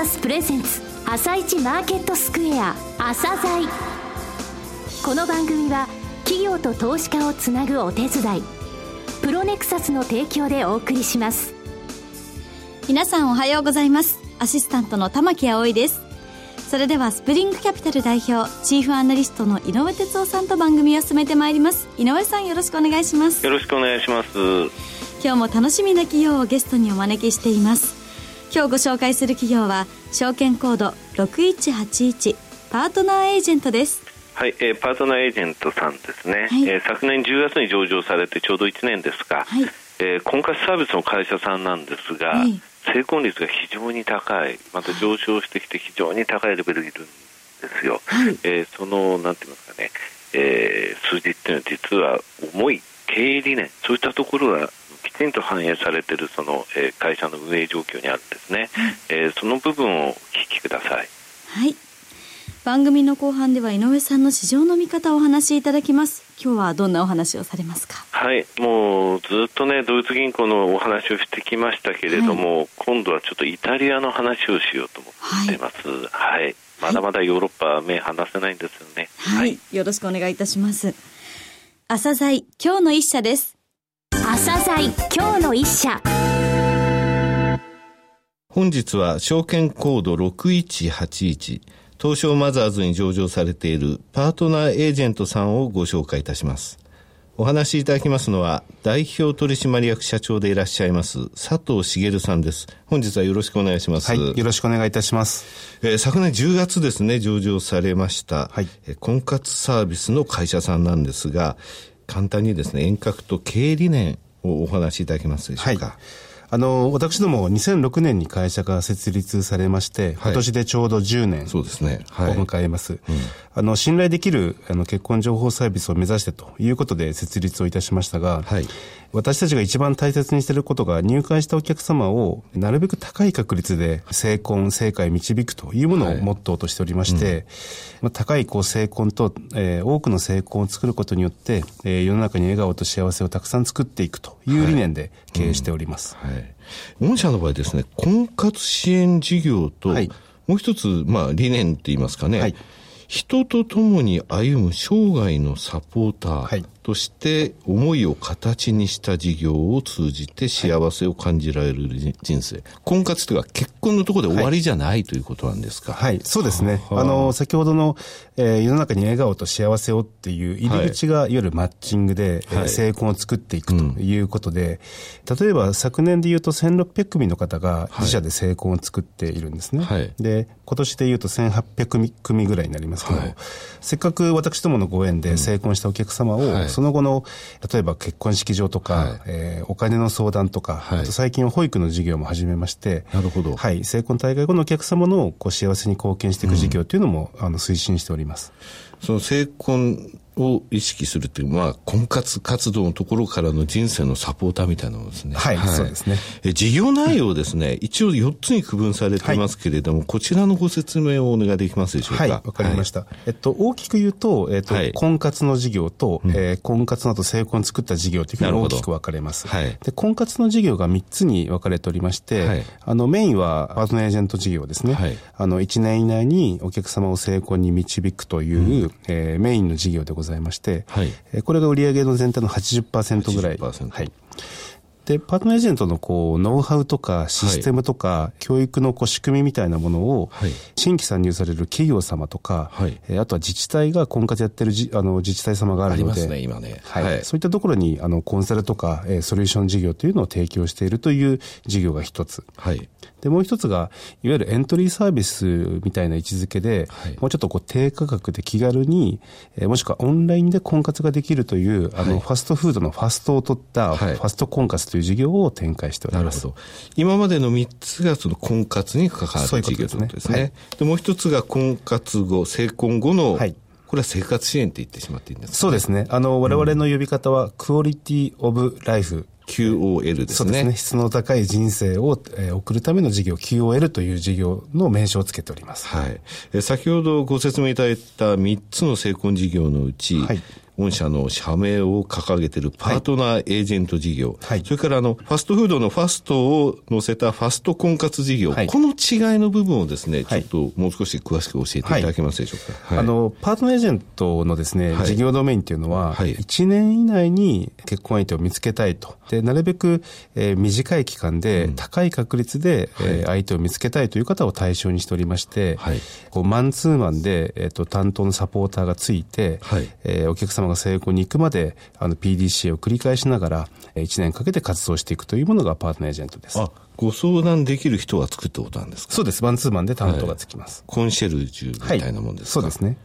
サスプレゼンツ朝市マーケットスクエア朝鮮。この番組は企業と投資家をつなぐお手伝いプロネクサスの提供でお送りします。 皆さんおはようございます。アシスタントの玉木葵です。それではスプリングキャピタル代表チーフアナリストの井上哲夫さんと番組を進めてまいります。井上さん、よろしくお願いします。 よろしくお願いします。 今日も楽しみな企業をゲストにお招きしています。今日ご紹介する企業は証券コード6181パートナーエージェントです。 はい、パートナーエージェントさんですね、はい。昨年10月に上場されてちょうど1年ですが、はい、婚活サービスの会社さんなんですが、はい、成婚率が非常に高い、また上昇してきて非常に高いレベルにいるんですよ。はい、そのなんて言いますかね、数字っていうのは実は重い経営理念、そういったところがきちんと反映されているその、会社の運営状況にあるんですね。その部分をお聞きください。 はい。番組の後半では井上さんの市場の見方をお話しいただきます。今日はどんなお話をされますか？ はい、もうずっとねドイツ銀行のお話をしてきましたけれども、はい、今度はちょっとイタリアの話をしようと思っています。はい、はい、まだまだヨーロッパは目離せないんですよね。 はい、はい、よろしくお願いいたします。朝鮮今日の一社です。 朝鮮今日の一社。 本日は証券コード6181東証マザーズに上場されているパートナーエージェントさんをご紹介いたします。お話しいただきますのは代表取締役社長でいらっしゃいます佐藤茂さんです。本日はよろしくお願いします。 はい、よろしくお願いいたします。 昨年10月ですね、上場されました、はい、婚活サービスの会社さんなんですが、簡単にですね遠隔と経営理念をお話しいただけますでしょうか？ はい、私ども2006年に会社が設立されまして、今年でちょうど10年を迎えます。信頼できる結婚情報サービスを目指してということで設立をいたしましたが、はい、私たちが一番大切にしていることが入会したお客様をなるべく高い確率で成婚成果へ導くというものをモットーとしておりまして、はい、高い成婚と、多くの成婚を作ることによって、世の中に笑顔と幸せをたくさん作っていくという理念で経営しております。 はいはい、御社の場合ですね、婚活支援事業と、はい、もう一つ、理念って言いますかね、はい、人と共に歩む生涯のサポーターとして思いを形にした事業を通じて幸せを感じられる人生、はい、婚活というか結婚のところで終わりじゃない、はい、ということなんですか？ はい、そうですね。先ほどの、世の中に笑顔と幸せをっていう入り口がいわゆるマッチングで、はい、成婚を作っていくということで、例えば昨年で言うと1600組の方が自社で成婚を作っているんですね。はい、で今年で言うと1800組ぐらいになりますけど、はい、せっかく私どものご縁で成婚したお客様を、はい、その後の例えば結婚式場とか、はい、お金の相談とか、はい、あと最近は保育の事業も始めまして、 なるほど、 はい、成婚大会後のお客様の幸せに貢献していく事業というのも、推進しております。 その成婚を意識するっていう、婚活活動のところからの人生のサポーターみたいなのですね。 はい、はい、そうですね。 事業内容ですね、一応4つに区分されていますけれども、はい、こちらのご説明をお願いできますでしょうか？ はい、わかりました。はい、大きく言うと、はい、婚活の事業と、婚活の後成婚を作った事業というふうに大きく分かれます。はい、で婚活の事業が3つに分かれておりまして、はい、メインはパートナーエージェント事業ですね。はい、1年以内にお客様を成婚に導くという、メインの事業でございまして、はい、これが売上の全体の 80% ぐらい。はい。で、パートナーエージェントのノウハウとかシステムとか、はい、教育の仕組みみたいなものを、はい、新規参入される企業様とか、はい、あとは自治体が婚活やってる自治体様があるので、 ありますね、今ね。 はい。はい、そういったところにコンサルとか、ソリューション事業というのを提供しているという事業が一つ。はい。で、もう一つが、いわゆるエントリーサービスみたいな位置づけで、はい、もうちょっと低価格で気軽に、もしくはオンラインで婚活ができるという、はい、ファストフードのファストを取った、ファスト婚活という事業を展開しております。なるほど。 今までの3つがその婚活に関わる事業ということですね。はい、で、もう一つが婚活後、成婚後の、はい、これは生活支援って言ってしまっていいんですか？ そうですね。我々の呼び方は、クオリティオブライフ。 QOL ですね。 そうですね。質の高い人生を、送るための事業 QOL という事業の名称をつけております。 はい。先ほどご説明いただいた3つの成婚事業のうち、はい、 御社の社名を掲げているパートナーエージェント事業、はい、それからファストフードのファストを載せたファスト婚活事業、はい、この違いの部分をですね、ちょっともう少し詳しく教えていただけますでしょうか。 はい、パートナーエージェントのですね、事業ドメインというのは、1年以内に結婚相手を見つけたいと。で、なるべく、短い期間で、高い確率で、相手を見つけたいという方を対象にしておりまして、マンツーマンで、担当のサポーターがついて、お客様が成功に行くまで、PDCA を繰り返しながら、1年かけて活動していくというものがパートナーエージェントです。 ご相談できる人がつくってことなんですか？ そうです。マンツーマンで担当がつきます。 コンシェルジュみたいなもんですか？ そうですね。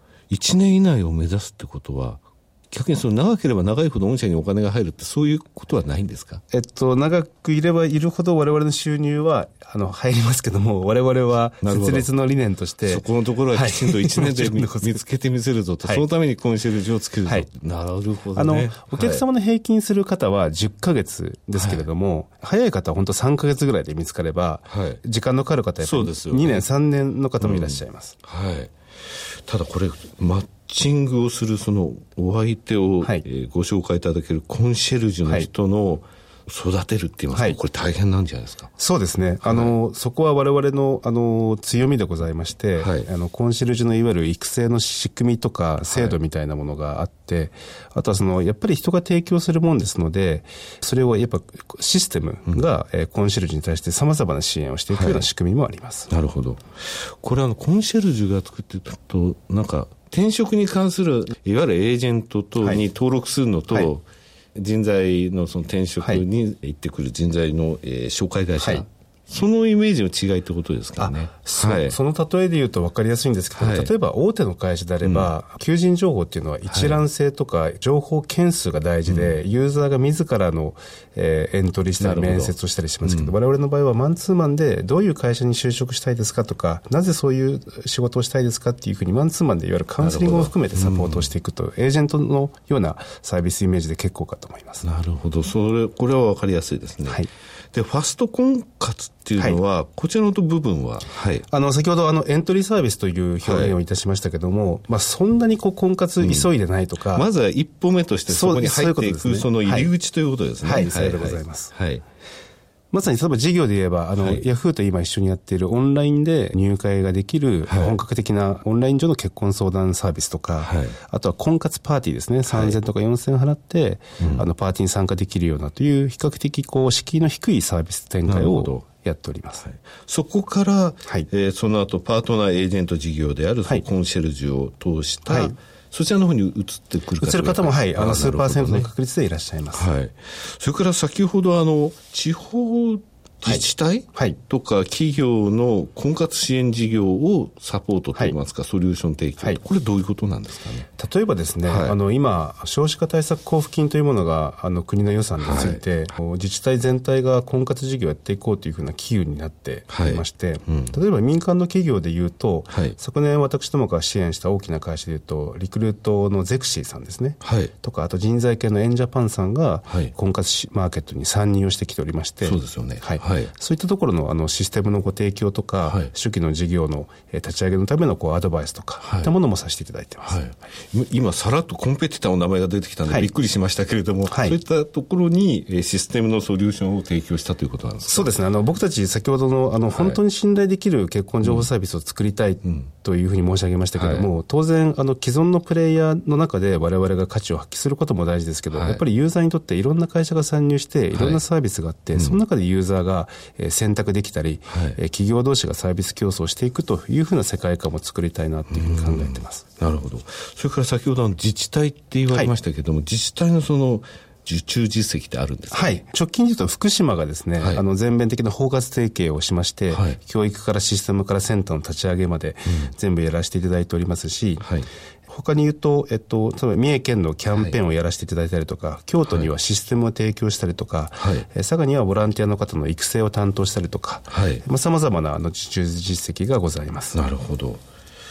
1年以内を目指すってことは、逆に長ければ長いほど御社にお金が入るってそういうことはないんですか？ 長くいればいるほど我々の収入は入りますけども、我々は設立の理念としてそこのところはきちんと1年で見つけてみせるぞと、そのためにコンシェルジュを作るぞ、なるほどね。 お客様の平均する方は10ヶ月ですけれども、早い方は本当3ヶ月ぐらいで見つかれば、時間のかかる方はやっぱり2年3年の方もいらっしゃいます。 ただこれマッチングをするそのお相手を、ご紹介いただけるコンシェルジュの人の育てるって言いますか、これ大変なんじゃないですか？ そうですね。そこは我々の強みでございまして、コンシェルジュのいわゆる育成の仕組みとか制度みたいなものがあって、あとはやっぱり人が提供するもんですので、それをやっぱシステムが、コンシェルジュに対して様々な支援をしていくような仕組みもあります。 なるほど。これコンシェルジュが作っていくと、転職に関するいわゆるエージェント等に登録するのと、人材のその転職に行ってくる人材の、紹介会社、そのイメージの違いってことですかね。 その例えで言うと分かりやすいんですけど、例えば大手の会社であれば、求人情報っていうのは一覧性とか情報件数が大事で、ユーザーが自らの、エントリーしたり面接をしたりしますけど、我々の場合はマンツーマンでどういう会社に就職したいですかとか、なぜそういう仕事をしたいですかっていうふうにマンツーマンでいわゆるカウンセリングを含めてサポートをしていくと、エージェントのようなサービスイメージで結構かと思います。 なるほど。これは分かりやすいですね。で、ファスト婚活っていうのは、こちらの部分は、 先ほどエントリーサービスという表現をいたしましたけども、そんなに婚活急いでないとか、 まずは一歩目としてそこに入っていくその入り口ということですね。 そうでございます。まさに例えば事業で言えば、ヤフーと今一緒にやっているオンラインで入会ができる本格的なオンライン上の結婚相談サービスとか、あとは婚活パーティーですね、3000とか4000払って、パーティーに参加できるようなという比較的敷居の低いサービス展開をやっております。 そこから、その後パートナーエージェント事業であるコンシェルジュを通した、そちらの方に移ってくる方移る方も、数%の確率でいらっしゃいます。 それから先ほど地方自治体、とか企業の婚活支援事業をサポートといいますか、ソリューション提供、これどういうことなんですかね。 例えばですね、今少子化対策交付金というものが国の予算について、自治体全体が婚活事業をやっていこうというふうな機運になっていまして、例えば民間の企業でいうと、昨年私どもが支援した大きな会社でいうとリクルートのゼクシーさんですね、とかあと人材系のエンジャパンさんが婚活マーケットに参入をしてきておりまして、 そうですよね。 そういったところのシステムのご提供とか、初期の事業の立ち上げのためのアドバイスとか、いったものもさせていただいています。 今さらっとコンペティターの名前が出てきたのでびっくりしましたけれども、そういったところにシステムのソリューションを提供したということなんですか。 そうですね。僕たち先ほどの本当に信頼できる結婚情報サービスを作りたいというふうに申し上げましたけれども、当然既存のプレイヤーの中で我々が価値を発揮することも大事ですけど、やっぱりユーザーにとっていろんな会社が参入していろんなサービスがあって、その中でユーザーが選択できたり、企業同士がサービス競争していくというふうな世界観も作りたいなというふうに考えています。 なるほど。それから先ほど自治体って言われましたけども、自治体のその受注実績ってあるんですか。 直近で言うと福島がですね、全面的な包括提携をしまして、教育からシステムからセンターの立ち上げまで全部やらせていただいておりますし、他に言うと、例えば三重県のキャンペーンをやらせていただいたりとか、京都にはシステムを提供したりとか、佐賀にはボランティアの方の育成を担当したりとか、様々な受注実績がございます。 なるほど。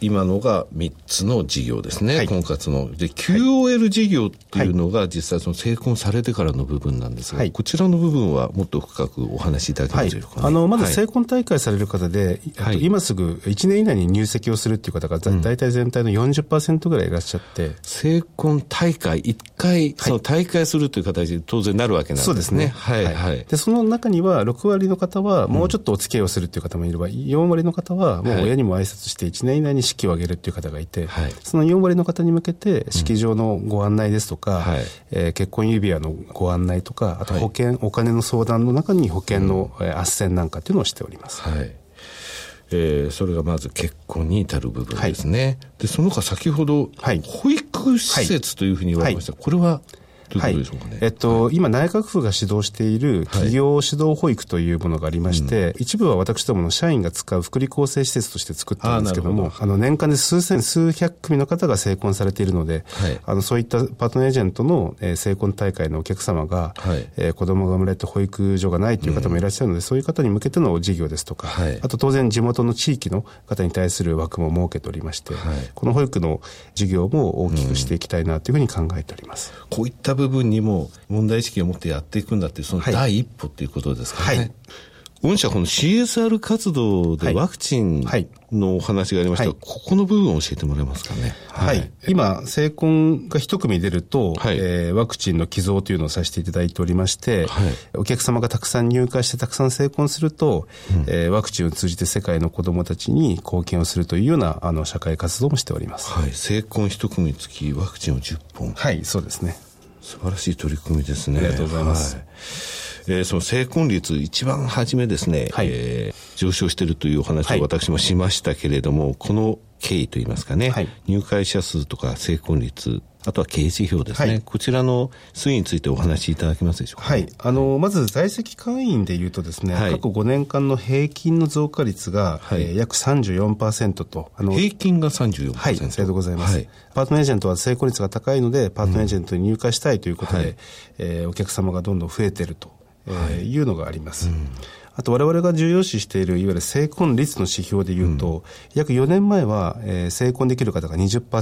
今のが3つの事業ですね、婚活の。で、QOL 事業っていうのが実際その成婚されてからの部分なんですが、こちらの部分はもっと深くお話しいただけますでしょうかね。 まず成婚大会される方で、今すぐ1年以内に入籍をするっていう方が大体全体の 40% ぐらいいらっしゃって。 成婚大会、1回、その大会するという形で当然なるわけなんですね。 そうですね。で、その中には6割の方はもうちょっとお付き合いをするっていう方もいれば、4割の方はもう親にも挨拶して1年以内に式を挙げるっていう方がいて、その4割の方に向けて式場のご案内ですとか、結婚指輪のご案内とか、あと保険、お金の相談の中に保険の斡旋なんかっていうのをしております。 それがまず結婚に至る部分ですね。で、その他先ほど、保育施設というふうに言われました。これはどういうことでしょうかね。 今内閣府が指導している企業指導保育というものがありまして、一部は私どもの社員が使う福利厚生施設として作ったんですけども、年間で数百組の方が成婚されているので、そういったパートナーエージェントの成婚大会のお客様が、子供が生まれて保育所がないという方もいらっしゃるので、そういう方に向けての事業ですとか、あと当然地元の地域の方に対する枠も設けておりまして、この保育の事業も大きくしていきたいなというふうに考えております。 こういった部分にも問題意識を持ってやっていくんだっていう、その第一歩っていうことですかね。御社この CSR 活動でワクチンのお話がありましたが、ここの部分を教えてもらえますかね。 今成婚が一組出ると、ワクチンの寄贈というのをさせていただいておりまして、お客様がたくさん入会してたくさん成婚すると、ワクチンを通じて世界の子どもたちに貢献をするというような社会活動もしております。 成婚一組につきワクチンを10本。 そうですね。 素晴らしい取り組みですね。 ありがとうございます。 その成婚率一番初めですね、上昇しているというお話を私もしましたけれども、この経緯といいますかね、入会者数とか成婚率、あとは経営指標ですね、こちらの推移についてお話しいただけますでしょうか。 まず在籍会員でいうとですね、過去5年間の平均の増加率が、約 34% と。 平均が 34%。 さようでございます。パートナーエージェントは成功率が高いので、パートナーエージェントに入会したいということで、お客様がどんどん増えているというのがあります。あと我々が重要視しているいわゆる成婚率の指標でいうと、約4年前は、成婚できる方が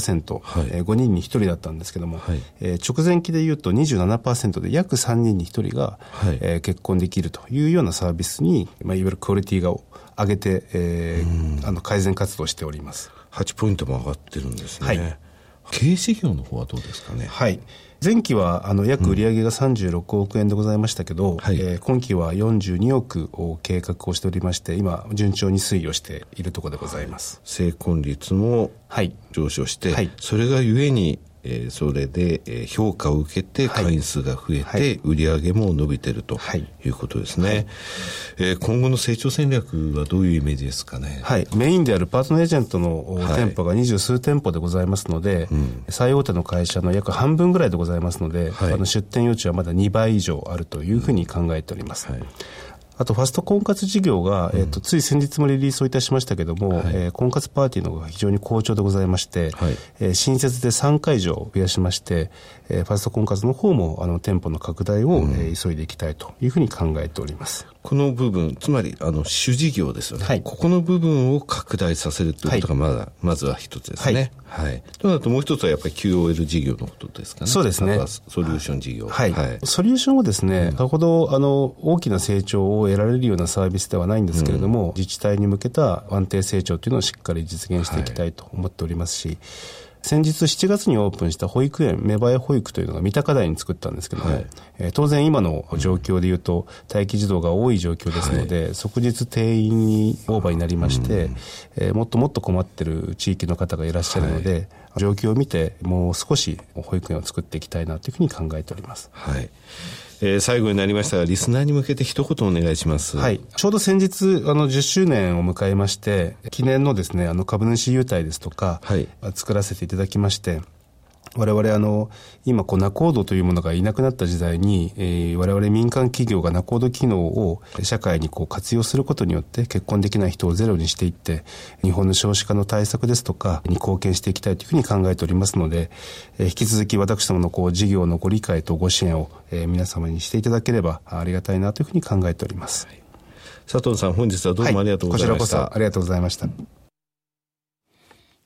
20%、5人に1人だったんですけども、直前期でいうと 27% で約3人に1人が、結婚できるというようなサービスに、いわゆるクオリティを上げて、改善活動をしております。 8ポイントも上がってるんですね。経営指標の方はどうですかね。 前期は約売上が36億円でございましたけど、今期は42億を計画をしておりまして、今順調に推移をしているところでございます。 成婚率も上昇して、それがゆえにそれで評価を受けて会員数が増えて売り上げも伸びているということですね。今後の成長戦略はどういうイメージですかね。 メインであるパートナーエージェントの店舗が20数店舗でございますので、最大手の会社の約半分ぐらいでございますので、出店余地はまだ2倍以上あるというふうに考えております。あとファスト婚活事業が、つい先日もリリースをいたしましたけども、婚活パーティーの方が非常に好調でございまして、新設で3会場を増やしまして、ファスト婚活の方も店舗の拡大を、急いでいきたいというふうに考えております。 この部分、つまり主事業ですよね、ここの部分を拡大させるということがまずは一つですね。となるともう一つはやっぱり QOL 事業のことですかね。 そうですね。 ソリューション事業。 ソリューションはですね、さほど大きな成長を得られるようなサービスではないんですけれども、自治体に向けた安定成長というのをしっかり実現していきたいと思っておりますし、先日7月にオープンした保育園芽生え保育というのが三鷹台に作ったんですけども、当然今の状況でいうと待機児童が多い状況ですので、即日定員にオーバーになりまして、もっともっと困っている地域の方がいらっしゃるので、状況を見てもう少し保育園を作っていきたいなというふうに考えております。 最後になりましたがリスナーに向けて一言お願いします。 ちょうど先日10周年を迎えまして、記念のですね株主優待ですとか、作らせていただきまして、我々今ナコードというものがいなくなった時代に、我々民間企業がナコード機能を社会に活用することによって結婚できない人をゼロにしていって、日本の少子化の対策ですとかに貢献していきたいというふうに考えておりますので、引き続き私どもの事業のご理解とご支援を、皆様にしていただければありがたいなというふうに考えております。 佐藤さん、本日はどうもありがとうございました。 こちらこそありがとうございました。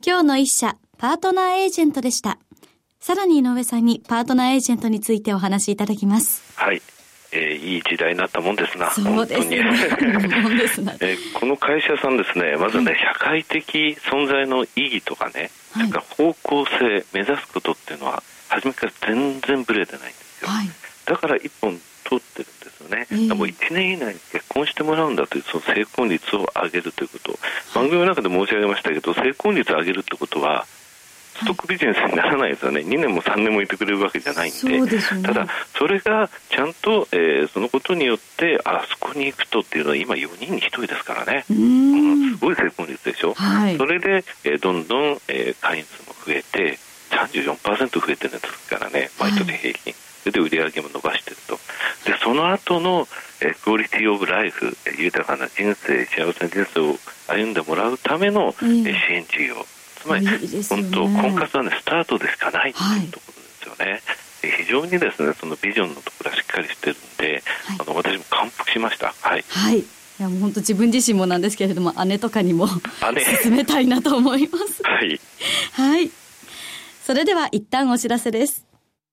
今日の一社、パートナーエージェントでした。さらに井上さんにパートナーエージェントについてお話しいただきます。 はい。いい時代になったもんですな。 そうですね。 この会社さんですね、まずね、はい、社会的存在の意義とかね、それから方向性、目指すことっていうのは初めから全然ブレてないんですよ。はい、だから一本通ってるんですよね。もう1年以内に結婚してもらうんだという、その成婚率を上げるということ、番組の中で申し上げましたけど、成婚率を上げるってことはストックビジネスにならないですよね。2年も3年もいてくれるわけじゃないんそうですね、 ただそれがちゃんと、そのことによってあそこに行くとっていうのは今4人に1人ですからね。すごい成婚率でしょ。はい、それで、どんどん、会員数も増えて 34% 増えてるんですからね、毎年平均、それで売り上げも伸ばしてると。でその後の、クオリティオブライフ、豊かな人生、幸せな人生を歩んでもらうための、支援事業、つまり本当婚活はねスタートでしかないというところですよね。非常にですねそのビジョンのところはしっかりしてるんで、私も感服しました。はい。 はい。いやもう本当自分自身もなんですけれども、姉とかにも勧めたいなと思います。 はい。 はい。それでは一旦お知らせです。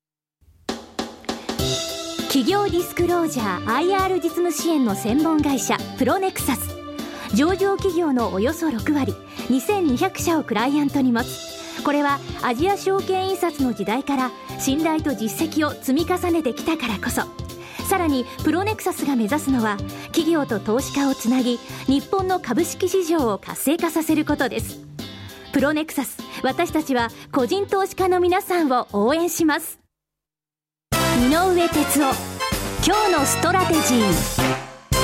企業ディスクロージャー IR 実務支援の専門会社プロネクサス。上場企業のおよそ6割2200社をクライアントに持つ。これはアジア証券印刷の時代から信頼と実績を積み重ねてきたからこそ。さらにプロネクサスが目指すのは企業と投資家をつなぎ、日本の株式市場を活性化させることです。プロネクサス、私たちは個人投資家の皆さんを応援します。井上哲夫、今日のストラテジー。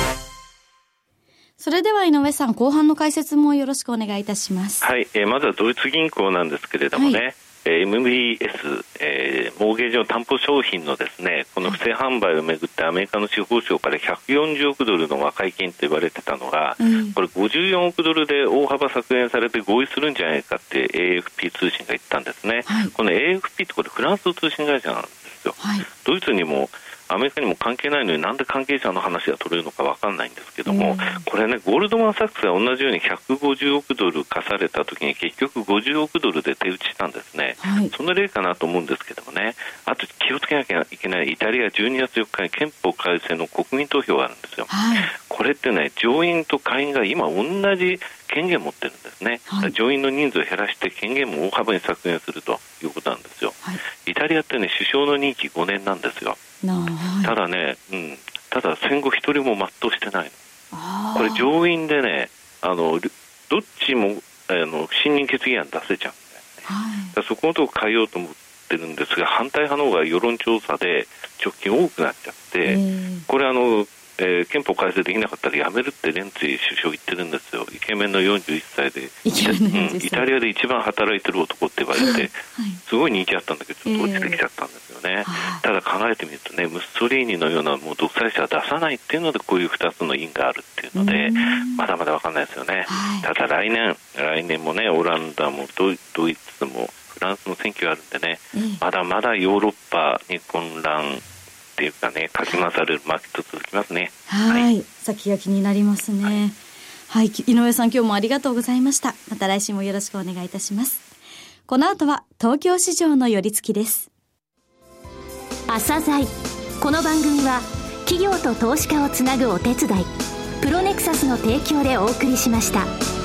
それでは井上さん、後半の解説もよろしくお願いいたします。 はい、まずはドイツ銀行なんですけれどもね、はい、MBS、モーゲージの担保商品のですね、この不正販売をめぐってアメリカの司法省から140億ドルの和解金と言われてたのが、これ54億ドルで大幅削減されて合意するんじゃないかって AFP 通信が言ったんですね。はい、この AFP ってこれフランスの通信会社なんですよ。はい、ドイツにもアメリカにも関係ないのになんで関係者の話が取れるのか分かんないんですけども、これね、ゴールドマンサックスが同じように150億ドル課された時に結局50億ドルで手打ちしたんですね。はい、その例かなと思うんですけどもね。あと気をつけなきゃいけないイタリア12月4日に憲法改正の国民投票があるんですよ。はい、これってね、上院と下院が今同じ権限を持ってるんですね。はい、上院の人数を減らして権限も大幅に削減するということなんですよ。はい、イタリアってね、首相の任期5年なんですよ。ただね、ただ戦後一人も全うしてないの。これ上院でね、どっちも不信任決議案出せちゃうんだよね。はい、そこのとこ変えようと思ってるんですが、反対派の方が世論調査で直近多くなっちゃって、これ憲法改正できなかったらやめるってレンツィ首相言ってるんですよ。イケメンの41歳でイタリアで一番働いてる男って言われて、はい、すごい人気あったんだけどちょっと落ちてきちゃったんですよね。ただ考えてみるとね、ムッソリーニのようなもう独裁者は出さないっていうのでこういう2つの因があるっていうのでまだまだ分かんないですよね。はい、ただ来年もね、オランダもドイツもフランスの選挙があるんでね、まだまだヨーロッパに混乱っていうかね、かき回されるマーケット続きますね。 はい、先が気になりますね。はい、井上さん、今日もありがとうございました。また来週もよろしくお願いいたします。この後は東京市場の寄り付きです。 朝鮮。この番組は企業と投資家をつなぐお手伝い、プロネクサスの提供でお送りしました。